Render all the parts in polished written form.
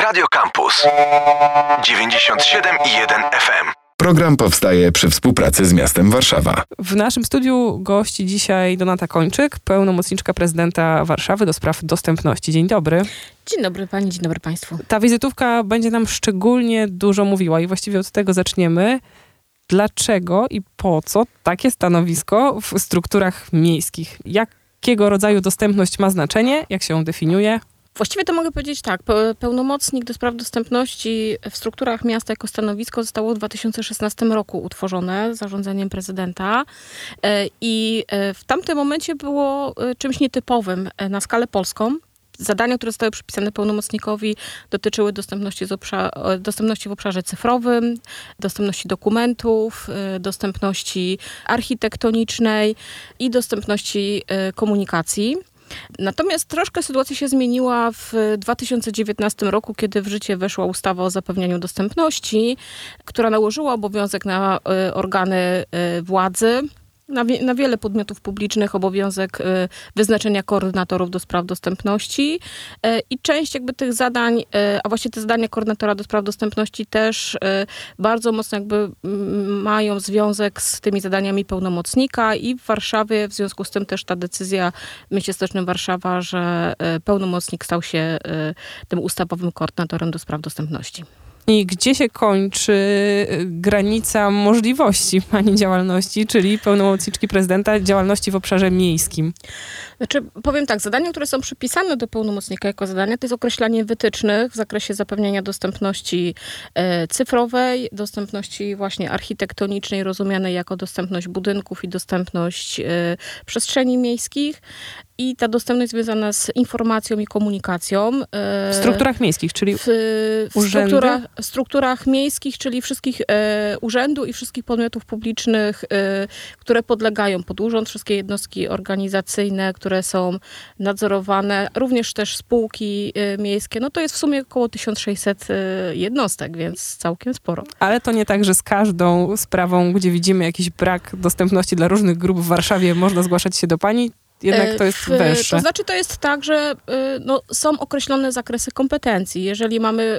Radio Campus 97,1 FM. Program powstaje przy współpracy z miastem Warszawa. W naszym studiu gości dzisiaj Donata Kończyk, pełnomocniczka prezydenta Warszawy do spraw dostępności. Dzień dobry. Dzień dobry pani, dzień dobry państwu. Ta wizytówka będzie nam szczególnie dużo mówiła i właściwie od tego zaczniemy. Dlaczego i po co takie stanowisko w strukturach miejskich? Jakiego rodzaju dostępność ma znaczenie? Jak się ją definiuje? Właściwie to mogę powiedzieć tak, pełnomocnik do spraw dostępności w strukturach miasta jako stanowisko zostało w 2016 roku utworzone zarządzeniem prezydenta i w tamtym momencie było czymś nietypowym na skalę polską. Zadania, które zostały przypisane pełnomocnikowi, dotyczyły dostępności w obszarze cyfrowym, dostępności dokumentów, dostępności architektonicznej i dostępności komunikacji. Natomiast troszkę sytuacja się zmieniła w 2019 roku, kiedy w życie weszła ustawa o zapewnianiu dostępności, która nałożyła obowiązek na organy władzy, na wiele podmiotów publicznych obowiązek wyznaczenia koordynatorów do spraw dostępności i część jakby tych zadań, a właśnie te zadania koordynatora do spraw dostępności też bardzo mocno jakby mają związek z tymi zadaniami pełnomocnika i w Warszawie w związku z tym też ta decyzja w mieście stołecznym Warszawa, że pełnomocnik stał się tym ustawowym koordynatorem do spraw dostępności. I gdzie się kończy granica możliwości pani działalności, czyli pełnomocniczki prezydenta działalności w obszarze miejskim? Znaczy, powiem tak, zadania, które są przypisane do pełnomocnika jako zadania, to jest określanie wytycznych w zakresie zapewnienia dostępności cyfrowej, dostępności właśnie architektonicznej, rozumianej jako dostępność budynków i dostępność przestrzeni miejskich. I ta dostępność związana z informacją i komunikacją. W strukturach miejskich, czyli w strukturach miejskich, czyli wszystkich urzędów i wszystkich podmiotów publicznych, które podlegają pod urząd, wszystkie jednostki organizacyjne, które są nadzorowane, również też spółki miejskie. No to jest w sumie około 1600 jednostek, więc całkiem sporo. Ale to nie tak, że z każdą sprawą, gdzie widzimy jakiś brak dostępności dla różnych grup w Warszawie, można zgłaszać się do pani? Jednak to jest węższe. To znaczy, to jest tak, że są określone zakresy kompetencji. Jeżeli mamy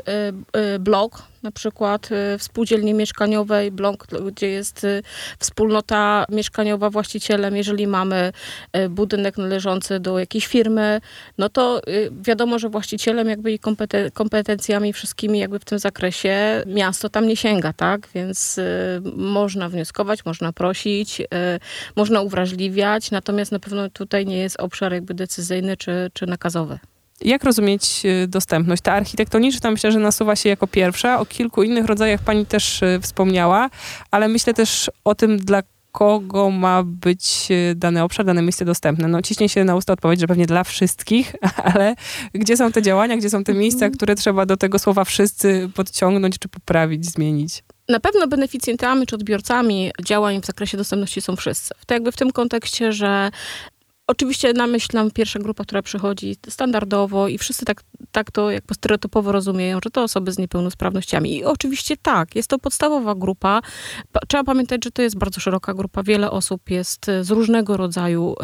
blok, na przykład w spółdzielni mieszkaniowej, blok, gdzie jest wspólnota mieszkaniowa właścicielem, jeżeli mamy budynek należący do jakiejś firmy, no to wiadomo, że właścicielem jakby i kompetencjami wszystkimi jakby w tym zakresie miasto tam nie sięga, tak? Więc można wnioskować, można prosić, można uwrażliwiać, natomiast na pewno tutaj nie jest obszar jakby decyzyjny czy nakazowy. Jak rozumieć dostępność? Ta architektoniczna myślę, że nasuwa się jako pierwsza. O kilku innych rodzajach pani też wspomniała, ale myślę też o tym, dla kogo ma być dany obszar, dane miejsce dostępne. No ciśnie się na usta odpowiedź, że pewnie dla wszystkich, ale gdzie są te działania, gdzie są te miejsca, które trzeba do tego słowa wszyscy podciągnąć, czy poprawić, zmienić? Na pewno beneficjentami czy odbiorcami działań w zakresie dostępności są wszyscy. To jakby w tym kontekście, że oczywiście na myśl nam pierwsza grupa, która przychodzi standardowo i wszyscy tak to jakby stereotypowo rozumieją, że to osoby z niepełnosprawnościami. I oczywiście tak, jest to podstawowa grupa. Trzeba pamiętać, że to jest bardzo szeroka grupa. Wiele osób jest z różnego rodzaju,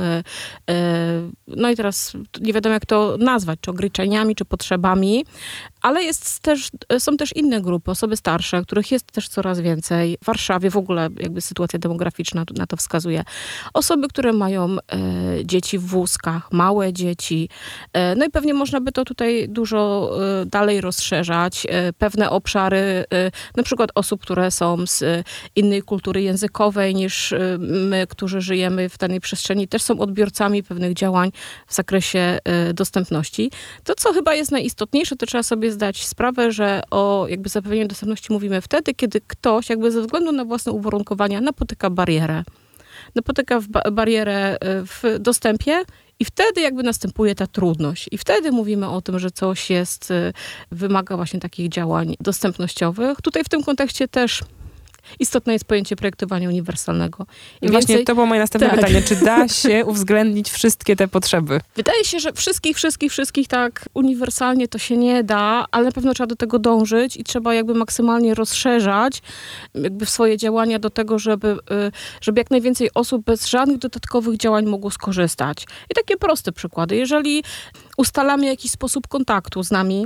no i teraz nie wiadomo jak to nazwać, czy ograniczeniami, czy potrzebami, ale są też inne grupy, osoby starsze, których jest też coraz więcej. W Warszawie w ogóle jakby sytuacja demograficzna na to wskazuje. Osoby, które mają dzieci w wózkach, małe dzieci. No i pewnie można by to tutaj dużo dalej rozszerzać. Pewne obszary, na przykład osób, które są z innej kultury językowej niż my, którzy żyjemy w danej przestrzeni, też są odbiorcami pewnych działań w zakresie dostępności. To, co chyba jest najistotniejsze, to trzeba sobie zdać sprawę, że o jakby zapewnieniu dostępności mówimy wtedy, kiedy ktoś jakby ze względu na własne uwarunkowania napotyka barierę. Barierę w dostępie i wtedy jakby następuje ta trudność. I wtedy mówimy o tym, że coś wymaga właśnie takich działań dostępnościowych. Tutaj w tym kontekście też istotne jest pojęcie projektowania uniwersalnego. I właśnie to było moje następne pytanie. Czy da się uwzględnić wszystkie te potrzeby? Wydaje się, że wszystkich tak uniwersalnie to się nie da, ale na pewno trzeba do tego dążyć i trzeba jakby maksymalnie rozszerzać jakby swoje działania do tego, żeby jak najwięcej osób bez żadnych dodatkowych działań mogło skorzystać. I takie proste przykłady. Jeżeli ustalamy jakiś sposób kontaktu z nami,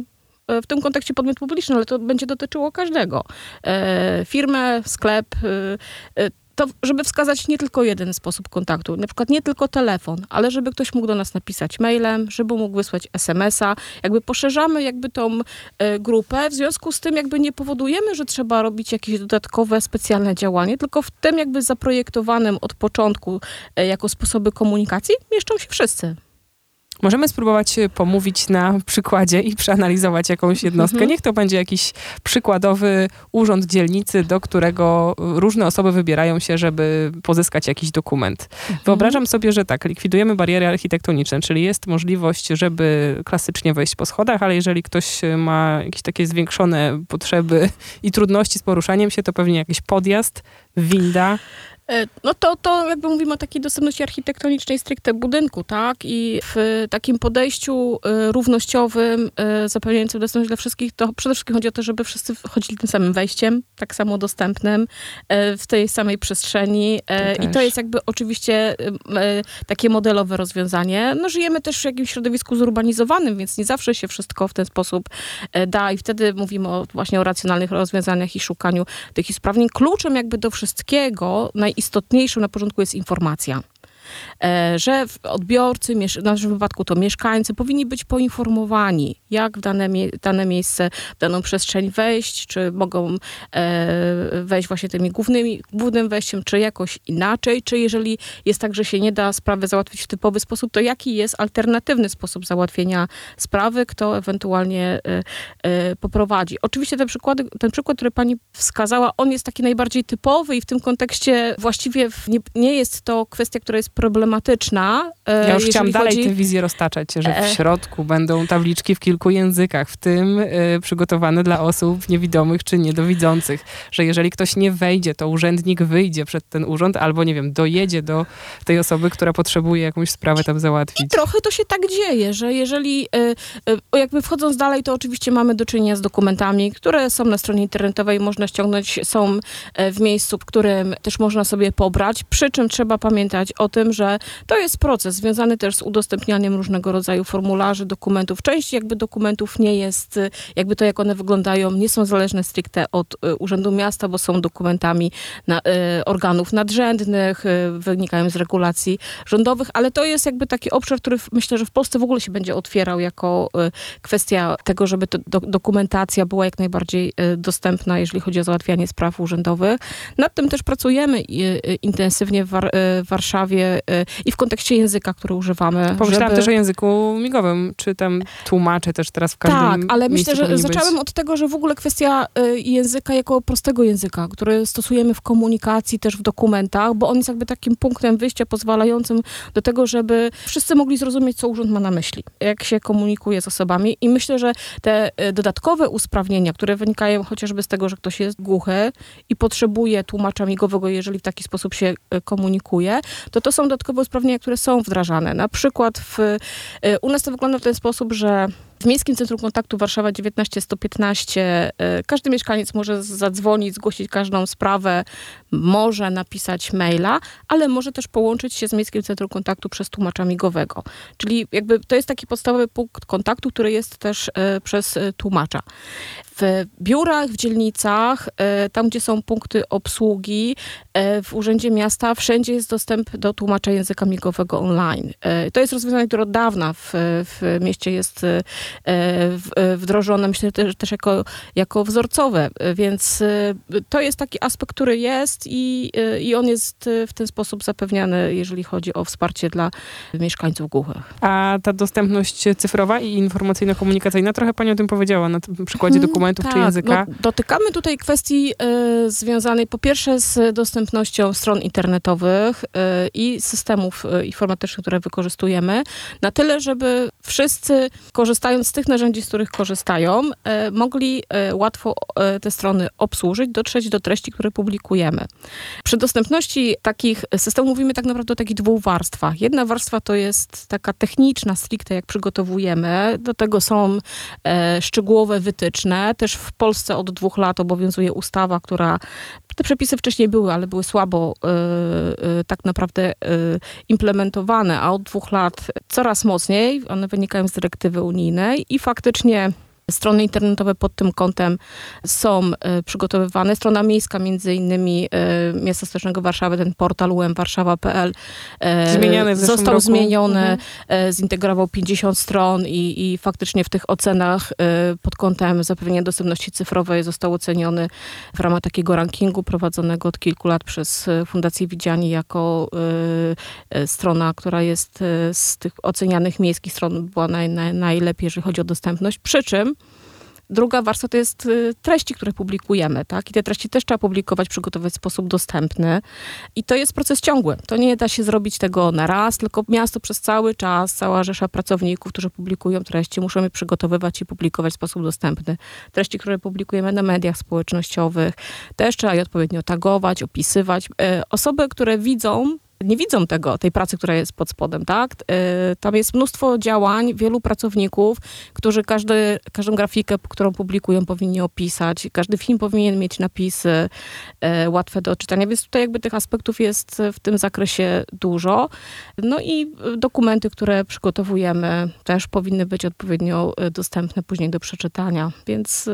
w tym kontekście podmiot publiczny, ale to będzie dotyczyło każdego. Firmę, sklep, to żeby wskazać nie tylko jeden sposób kontaktu, na przykład nie tylko telefon, ale żeby ktoś mógł do nas napisać mailem, żeby mógł wysłać SMS-a. Jakby poszerzamy jakby tą grupę, w związku z tym jakby nie powodujemy, że trzeba robić jakieś dodatkowe, specjalne działanie, tylko w tym jakby zaprojektowanym od początku jako sposoby komunikacji mieszczą się wszyscy. Możemy spróbować pomówić na przykładzie i przeanalizować jakąś jednostkę. Niech to będzie jakiś przykładowy urząd dzielnicy, do którego różne osoby wybierają się, żeby pozyskać jakiś dokument. Wyobrażam sobie, że tak, likwidujemy bariery architektoniczne, czyli jest możliwość, żeby klasycznie wejść po schodach, ale jeżeli ktoś ma jakieś takie zwiększone potrzeby i trudności z poruszaniem się, to pewnie jakiś podjazd, winda. No to jakby mówimy o takiej dostępności architektonicznej stricte budynku, tak? I w takim podejściu równościowym, zapewniającym dostępność dla wszystkich, to przede wszystkim chodzi o to, żeby wszyscy chodzili tym samym wejściem, tak samo dostępnym, w tej samej przestrzeni. I to jest jakby oczywiście takie modelowe rozwiązanie. No żyjemy też w jakimś środowisku zurbanizowanym, więc nie zawsze się wszystko w ten sposób da i wtedy mówimy właśnie o racjonalnych rozwiązaniach i szukaniu tych usprawnień. Kluczem jakby do wszystkiego, najistotniejszym na porządku jest informacja. Że odbiorcy, w naszym wypadku to mieszkańcy, powinni być poinformowani, jak w dane miejsce, w daną przestrzeń wejść, czy mogą wejść właśnie głównym wejściem, czy jakoś inaczej, czy jeżeli jest tak, że się nie da sprawy załatwić w typowy sposób, to jaki jest alternatywny sposób załatwienia sprawy, kto ewentualnie poprowadzi. Oczywiście ten przykład, który pani wskazała, on jest taki najbardziej typowy i w tym kontekście właściwie nie jest to kwestia, która jest problematyczna. Ja już chciałam dalej tę wizję roztaczać, że w środku będą tabliczki w kilku językach, w tym przygotowane dla osób niewidomych czy niedowidzących, że jeżeli ktoś nie wejdzie, to urzędnik wyjdzie przed ten urząd albo, nie wiem, dojedzie do tej osoby, która potrzebuje jakąś sprawę tam załatwić. I trochę to się tak dzieje, że jeżeli jakby wchodząc dalej, to oczywiście mamy do czynienia z dokumentami, które są na stronie internetowej, można ściągnąć, są w miejscu, w którym też można sobie pobrać, przy czym trzeba pamiętać o tym, że to jest proces związany też z udostępnianiem różnego rodzaju formularzy, dokumentów. Część jakby dokumentów nie jest, jakby to jak one wyglądają, nie są zależne stricte od Urzędu Miasta, bo są dokumentami organów nadrzędnych, wynikają z regulacji rządowych, ale to jest jakby taki obszar, który myślę, że w Polsce w ogóle się będzie otwierał jako kwestia tego, żeby dokumentacja była jak najbardziej dostępna, jeżeli chodzi o załatwianie spraw urzędowych. Nad tym też pracujemy intensywnie w Warszawie i w kontekście języka, który używamy. Pomyślałam też o języku migowym, czy tam tłumaczę też teraz w każdym Tak, ale miejscu myślę, że zaczęłam od tego, że w ogóle kwestia języka jako prostego języka, który stosujemy w komunikacji, też w dokumentach, bo on jest jakby takim punktem wyjścia pozwalającym do tego, żeby wszyscy mogli zrozumieć, co urząd ma na myśli, jak się komunikuje z osobami i myślę, że te dodatkowe usprawnienia, które wynikają chociażby z tego, że ktoś jest głuchy i potrzebuje tłumacza migowego, jeżeli w taki sposób się komunikuje, to są dodatkowe usprawnienia, które są wdrażane. Na przykład u nas to wygląda w ten sposób, że w Miejskim Centrum Kontaktu Warszawa 19115 każdy mieszkaniec może zadzwonić, zgłosić każdą sprawę, może napisać maila, ale może też połączyć się z Miejskim Centrum Kontaktu przez tłumacza migowego. Czyli jakby to jest taki podstawowy punkt kontaktu, który jest też przez tłumacza. W biurach, w dzielnicach, tam gdzie są punkty obsługi, w Urzędzie Miasta, wszędzie jest dostęp do tłumacza języka migowego online. To jest rozwiązanie, które od dawna w mieście jest wdrożone, myślę, też jako wzorcowe, więc to jest taki aspekt, który jest i on jest w ten sposób zapewniany, jeżeli chodzi o wsparcie dla mieszkańców głuchych. A ta dostępność cyfrowa i informacyjno-komunikacyjna, trochę pani o tym powiedziała na tym przykładzie dokumentów czy języka. No, dotykamy tutaj kwestii związanej po pierwsze z dostępnością stron internetowych i systemów informatycznych, które wykorzystujemy, na tyle, żeby wszyscy, korzystając z tych narzędzi, z których korzystają, mogli łatwo te strony obsłużyć, dotrzeć do treści, które publikujemy. Przy dostępności takich systemów mówimy tak naprawdę o takich dwóch warstwach. Jedna warstwa to jest taka techniczna, stricte jak przygotowujemy. Do tego są szczegółowe wytyczne. Też w Polsce od 2 lat obowiązuje ustawa, która te przepisy wcześniej były, ale były słabo tak naprawdę implementowane, a od 2 lat coraz mocniej. One wynikają z dyrektywy unijnej i faktycznie Strony internetowe pod tym kątem są przygotowywane. Strona miejska między innymi Miasta Stołecznego Warszawy, ten portal umwarszawa.pl został zmieniony, zintegrował 50 stron i faktycznie w tych ocenach pod kątem zapewnienia dostępności cyfrowej został oceniony w ramach takiego rankingu prowadzonego od kilku lat przez Fundację Widziani jako strona, która jest z tych ocenianych miejskich stron była najlepiej, jeżeli chodzi o dostępność. Przy czym druga warstwa to jest treści, które publikujemy, tak? I te treści też trzeba publikować, przygotować w sposób dostępny. I to jest proces ciągły. To nie da się zrobić tego na raz, tylko miasto przez cały czas, cała rzesza pracowników, którzy publikują treści, muszą je przygotowywać i publikować w sposób dostępny. Treści, które publikujemy na mediach społecznościowych, też trzeba je odpowiednio tagować, opisywać. Osoby, które nie widzą tej pracy, która jest pod spodem, tak? Tam jest mnóstwo działań, wielu pracowników, którzy każdą grafikę, którą publikują, powinni opisać. Każdy film powinien mieć napisy łatwe do czytania, więc tutaj jakby tych aspektów jest w tym zakresie dużo. No i dokumenty, które przygotowujemy, też powinny być odpowiednio dostępne później do przeczytania, więc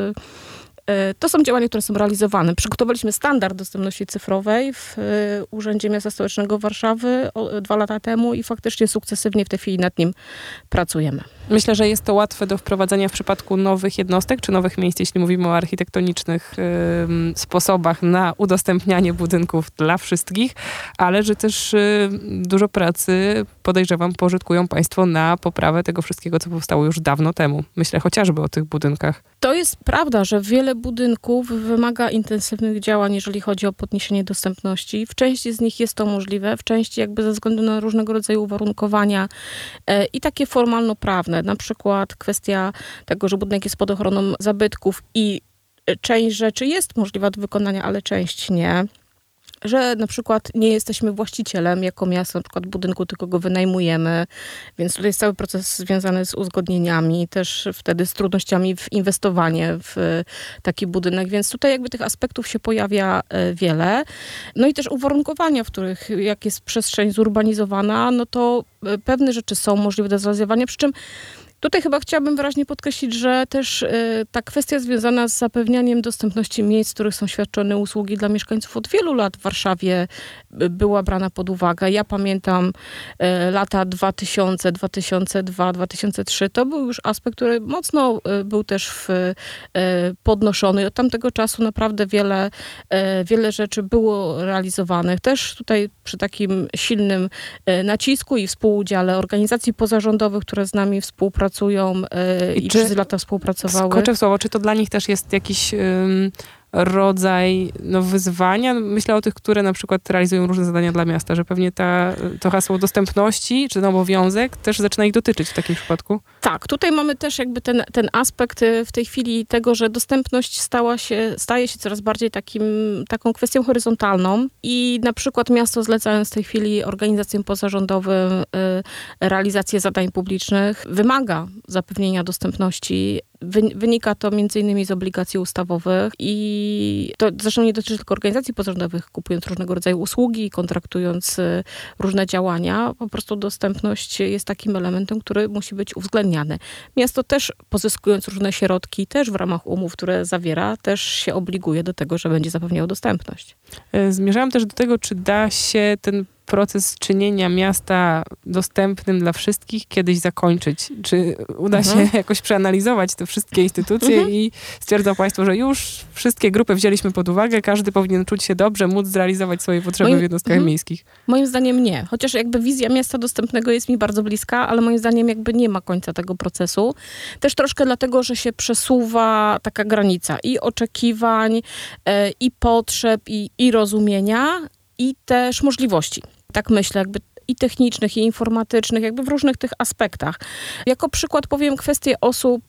to są działania, które są realizowane. Przygotowaliśmy standard dostępności cyfrowej w Urzędzie Miasta Stołecznego Warszawy 2 lata temu i faktycznie sukcesywnie w tej chwili nad nim pracujemy. Myślę, że jest to łatwe do wprowadzenia w przypadku nowych jednostek czy nowych miejsc, jeśli mówimy o architektonicznych sposobach na udostępnianie budynków dla wszystkich, ale że też dużo pracy, podejrzewam, pożytkują Państwo na poprawę tego wszystkiego, co powstało już dawno temu. Myślę chociażby o tych budynkach. To jest prawda, że wiele budynków wymaga intensywnych działań, jeżeli chodzi o podniesienie dostępności. W części z nich jest to możliwe, w części jakby ze względu na różnego rodzaju uwarunkowania i takie formalno-prawne. Na przykład kwestia tego, że budynek jest pod ochroną zabytków i część rzeczy jest możliwa do wykonania, ale część nie. Że na przykład nie jesteśmy właścicielem jako miasto na przykład budynku, tylko go wynajmujemy, więc tutaj jest cały proces związany z uzgodnieniami, też wtedy z trudnościami w inwestowanie w taki budynek, więc tutaj jakby tych aspektów się pojawia wiele. No i też uwarunkowania, w których jak jest przestrzeń zurbanizowana, no to pewne rzeczy są możliwe do zrealizowania, przy czym tutaj chyba chciałabym wyraźnie podkreślić, że też ta kwestia związana z zapewnianiem dostępności miejsc, w których są świadczone usługi dla mieszkańców od wielu lat w Warszawie była brana pod uwagę. Ja pamiętam lata 2000, 2002, 2003. To był już aspekt, który mocno był też podnoszony. Od tamtego czasu naprawdę wiele rzeczy było realizowanych. Też tutaj przy takim silnym nacisku i współudziale organizacji pozarządowych, które z nami współpracują i przez lata współpracowały. Skoczę w słowo, czy to dla nich też jest jakiś rodzaj wyzwania? Myślę o tych, które na przykład realizują różne zadania dla miasta, że pewnie to hasło dostępności, czy ten obowiązek też zaczyna ich dotyczyć w takim przypadku. Tak, tutaj mamy też jakby ten aspekt w tej chwili tego, że dostępność staje się coraz bardziej taką kwestią horyzontalną i na przykład miasto, zlecając w tej chwili organizacjom pozarządowym realizację zadań publicznych, wymaga zapewnienia dostępności. Wynika to między innymi z obligacji ustawowych i to zresztą nie dotyczy tylko organizacji pozarządowych, kupując różnego rodzaju usługi, kontraktując różne działania. Po prostu dostępność jest takim elementem, który musi być uwzględniany. Miasto też pozyskując różne środki, też w ramach umów, które zawiera, też się obliguje do tego, że będzie zapewniało dostępność. Zmierzałam też do tego, czy da się ten proces czynienia miasta dostępnym dla wszystkich kiedyś zakończyć? Czy uda się jakoś przeanalizować te wszystkie instytucje i stwierdzą Państwo, że już wszystkie grupy wzięliśmy pod uwagę, każdy powinien czuć się dobrze, móc zrealizować swoje potrzeby w jednostkach miejskich? Moim zdaniem nie. Chociaż jakby wizja miasta dostępnego jest mi bardzo bliska, ale moim zdaniem jakby nie ma końca tego procesu. Też troszkę dlatego, że się przesuwa taka granica i oczekiwań, i potrzeb, i rozumienia, i też możliwości. Tak myślę, jakby i technicznych, i informatycznych, jakby w różnych tych aspektach. Jako przykład powiem kwestię osób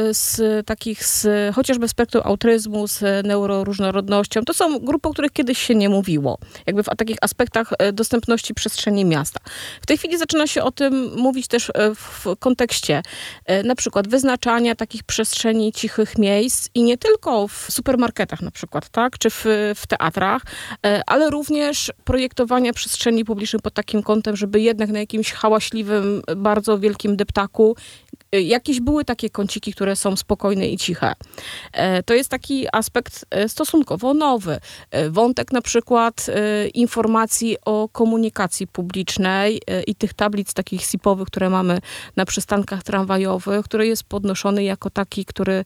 chociażby spektrum autyzmu, z neuroróżnorodnością. To są grupy, o których kiedyś się nie mówiło. Jakby w takich aspektach dostępności przestrzeni miasta. W tej chwili zaczyna się o tym mówić też w kontekście na przykład wyznaczania takich przestrzeni cichych miejsc i nie tylko w supermarketach na przykład, tak? Czy w teatrach, ale również projektowania przestrzeni publicznych pod takim kątem, żeby jednak na jakimś hałaśliwym, bardzo wielkim deptaku jakieś były takie kąciki, które są spokojne i ciche. To jest taki aspekt stosunkowo nowy. Wątek na przykład informacji o komunikacji publicznej i tych tablic takich SIP-owych, które mamy na przystankach tramwajowych, który jest podnoszony jako taki, który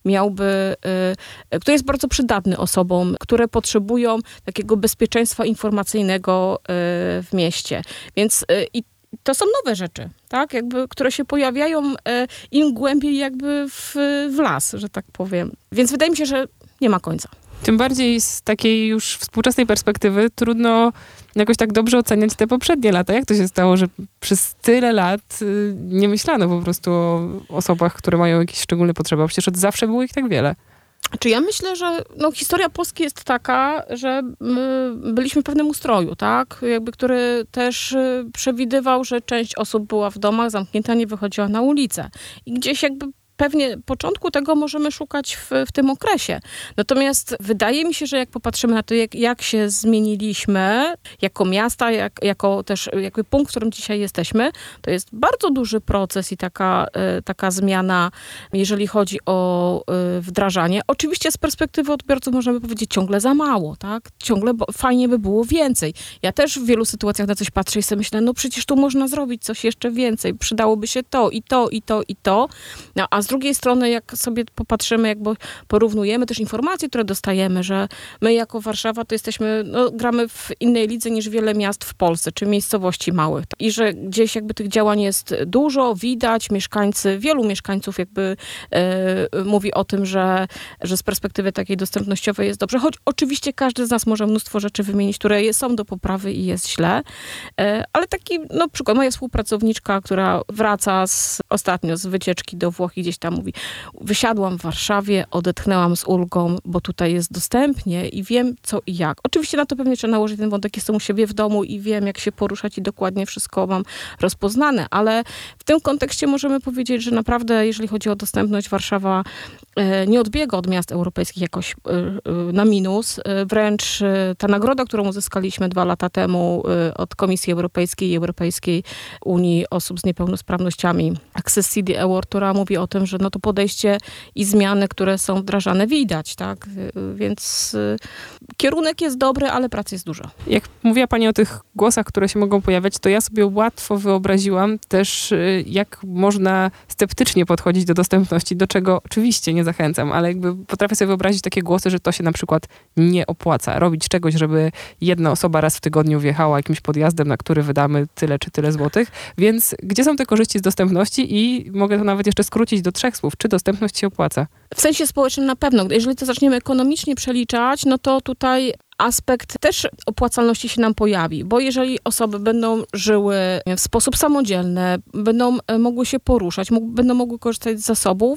jest bardzo przydatny osobom, które potrzebują takiego bezpieczeństwa informacyjnego w mieście. Więc i to są nowe rzeczy, tak? Jakby, które się pojawiają im głębiej jakby w las, że tak powiem. Więc wydaje mi się, że nie ma końca. Tym bardziej z takiej już współczesnej perspektywy trudno jakoś tak dobrze oceniać te poprzednie lata. Jak to się stało, że przez tyle lat nie myślano po prostu o osobach, które mają jakieś szczególne potrzeby? A przecież od zawsze było ich tak wiele. Czy ja myślę, że historia Polski jest taka, że byliśmy w pewnym ustroju, tak? Jakby, który też przewidywał, że część osób była w domach zamknięta, nie wychodziła na ulicę. I gdzieś jakby pewnie początku tego możemy szukać w tym okresie. Natomiast wydaje mi się, że jak popatrzymy na to, jak się zmieniliśmy jako miasta, jako też jakby punkt, w którym dzisiaj jesteśmy, to jest bardzo duży proces i taka zmiana, jeżeli chodzi o wdrażanie. Oczywiście z perspektywy odbiorców możemy powiedzieć ciągle za mało, tak? Ciągle fajnie by było więcej. Ja też w wielu sytuacjach na coś patrzę i sobie myślę, no przecież tu można zrobić coś jeszcze więcej. Przydałoby się to i to, i to, i to. No, a z drugiej strony, jak sobie popatrzymy, jakby porównujemy też informacje, które dostajemy, że my jako Warszawa to jesteśmy, gramy w innej lidze niż wiele miast w Polsce, czy miejscowości małych. I że gdzieś jakby tych działań jest dużo, widać, wielu mieszkańców jakby mówi o tym, że z perspektywy takiej dostępnościowej jest dobrze. Choć oczywiście każdy z nas może mnóstwo rzeczy wymienić, które są do poprawy i jest źle. Ale taki, przykład, moja współpracowniczka, która wraca ostatnio z wycieczki do Włoch i gdzieś tam mówi, wysiadłam w Warszawie, odetchnęłam z ulgą, bo tutaj jest dostępnie i wiem co i jak. Oczywiście na to pewnie trzeba nałożyć ten wątek, jestem u siebie w domu i wiem jak się poruszać i dokładnie wszystko mam rozpoznane, ale w tym kontekście możemy powiedzieć, że naprawdę jeżeli chodzi o dostępność, Warszawa nie odbiega od miast europejskich jakoś na minus. Wręcz ta nagroda, którą uzyskaliśmy 2 lata temu od Komisji Europejskiej i Europejskiej Unii Osób z Niepełnosprawnościami, Access City Award, która mówi o tym, że to podejście i zmiany, które są wdrażane, widać, tak? Więc kierunek jest dobry, ale pracy jest dużo. Jak mówiła pani o tych głosach, które się mogą pojawiać, to ja sobie łatwo wyobraziłam też, jak można sceptycznie podchodzić do dostępności, do czego oczywiście nie zachęcam, ale jakby potrafię sobie wyobrazić takie głosy, że to się na przykład nie opłaca. Robić czegoś, żeby jedna osoba raz w tygodniu wjechała jakimś podjazdem, na który wydamy tyle czy tyle złotych. Więc gdzie są te korzyści z dostępności i mogę to nawet jeszcze skrócić do 3 słów. Czy dostępność się opłaca? W sensie społecznym na pewno. Jeżeli to zaczniemy ekonomicznie przeliczać, to tutaj aspekt też opłacalności się nam pojawi, bo jeżeli osoby będą żyły w sposób samodzielny, będą mogły się poruszać, będą mogły korzystać z zasobów,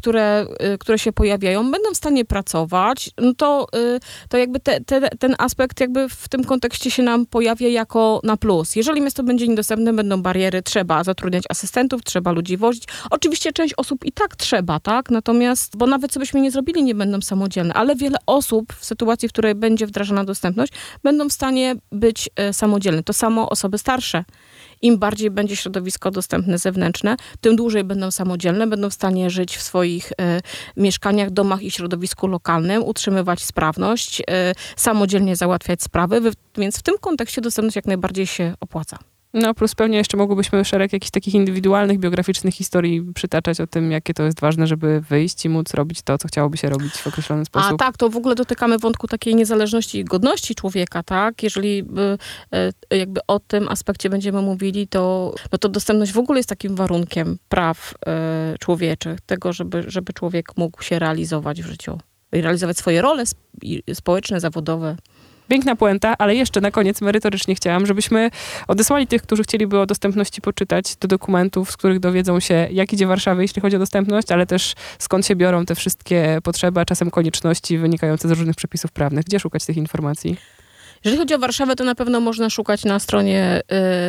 które się pojawiają, będą w stanie pracować, to jakby ten aspekt jakby w tym kontekście się nam pojawia jako na plus. Jeżeli miasto będzie niedostępne, będą bariery, trzeba zatrudniać asystentów, trzeba ludzi wozić. Oczywiście część osób i tak trzeba, tak? Natomiast, bo nawet co byśmy nie zrobili, nie będą samodzielne, ale wiele osób w sytuacji, w której będzie wdrażana dostępność, będą w stanie być samodzielne. To samo osoby starsze. Im bardziej będzie środowisko dostępne zewnętrzne, tym dłużej będą samodzielne, będą w stanie żyć w swoich mieszkaniach, domach i środowisku lokalnym, utrzymywać sprawność, samodzielnie załatwiać sprawy, więc w tym kontekście dostępność jak najbardziej się opłaca. Plus pewnie jeszcze mogłybyśmy szereg jakichś takich indywidualnych, biograficznych historii przytaczać o tym, jakie to jest ważne, żeby wyjść i móc robić to, co chciałoby się robić w określony sposób. A tak, to w ogóle dotykamy wątku takiej niezależności i godności człowieka, tak? Jeżeli jakby o tym aspekcie będziemy mówili, to dostępność w ogóle jest takim warunkiem praw człowieczych, tego, żeby człowiek mógł się realizować w życiu. I realizować swoje role społeczne, zawodowe. Piękna puenta, ale jeszcze na koniec merytorycznie chciałam, żebyśmy odesłali tych, którzy chcieliby o dostępności poczytać, do dokumentów, z których dowiedzą się, jak idzie Warszawa, jeśli chodzi o dostępność, ale też skąd się biorą te wszystkie potrzeby, a czasem konieczności wynikające z różnych przepisów prawnych. Gdzie szukać tych informacji? Jeżeli chodzi o Warszawę, to na pewno można szukać na stronie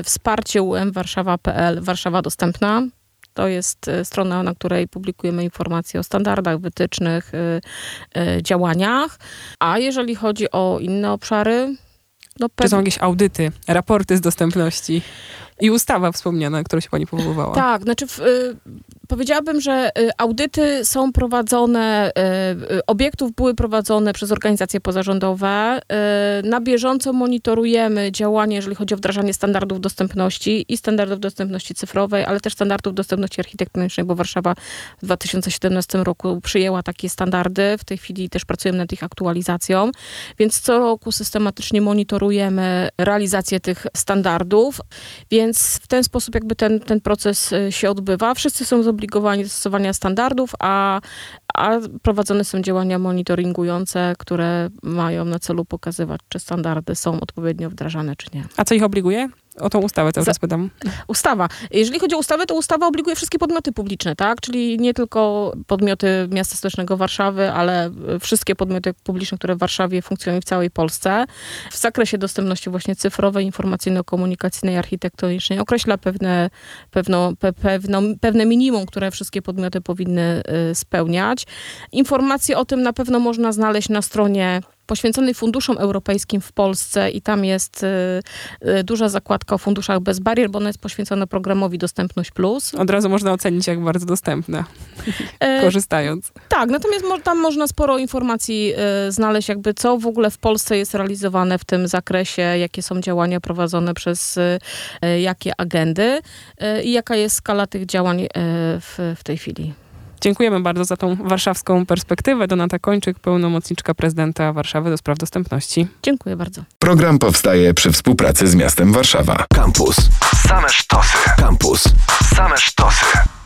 wsparcie.umwarszawa.pl Warszawa Dostępna. To jest strona, na której publikujemy informacje o standardach, wytycznych, działaniach. A jeżeli chodzi o inne obszary, Czy są jakieś audyty, raporty z dostępności i ustawa wspomniana, na którą się pani powoływała? Tak, znaczy powiedziałabym, że audyty są prowadzone, obiektów były prowadzone przez organizacje pozarządowe. Na bieżąco monitorujemy działanie, jeżeli chodzi o wdrażanie standardów dostępności i standardów dostępności cyfrowej, ale też standardów dostępności architektonicznej, bo Warszawa w 2017 roku przyjęła takie standardy. W tej chwili też pracujemy nad ich aktualizacją, więc co roku systematycznie monitorujemy realizację tych standardów, więc w ten sposób jakby ten proces się odbywa. Wszyscy są zobligowani do stosowania standardów, a prowadzone są działania monitoringujące, które mają na celu pokazywać, czy standardy są odpowiednio wdrażane, czy nie. A co ich obliguje? O tą ustawę cały czas pytam. Ustawa. Jeżeli chodzi o ustawę, to ustawa obliguje wszystkie podmioty publiczne, tak? Czyli nie tylko podmioty miasta stołecznego Warszawy, ale wszystkie podmioty publiczne, które w Warszawie funkcjonują w całej Polsce. W zakresie dostępności właśnie cyfrowej, informacyjno-komunikacyjnej, architektonicznej określa pewne minimum, które wszystkie podmioty powinny spełniać. Informacje o tym na pewno można znaleźć na stronie poświęconej funduszom europejskim w Polsce i tam jest duża zakładka o funduszach bez barier, bo ona jest poświęcona programowi Dostępność Plus. Od razu można ocenić, jak bardzo dostępna, korzystając. Tak, natomiast tam można sporo informacji znaleźć, jakby co w ogóle w Polsce jest realizowane w tym zakresie, jakie są działania prowadzone przez jakie agendy i jaka jest skala tych działań w tej chwili. Dziękujemy bardzo za tą warszawską perspektywę. Donata Kończyk, pełnomocniczka prezydenta Warszawy do spraw dostępności. Dziękuję bardzo. Program powstaje przy współpracy z miastem Warszawa. Campus. Same sztosy. Campus. Same sztosy.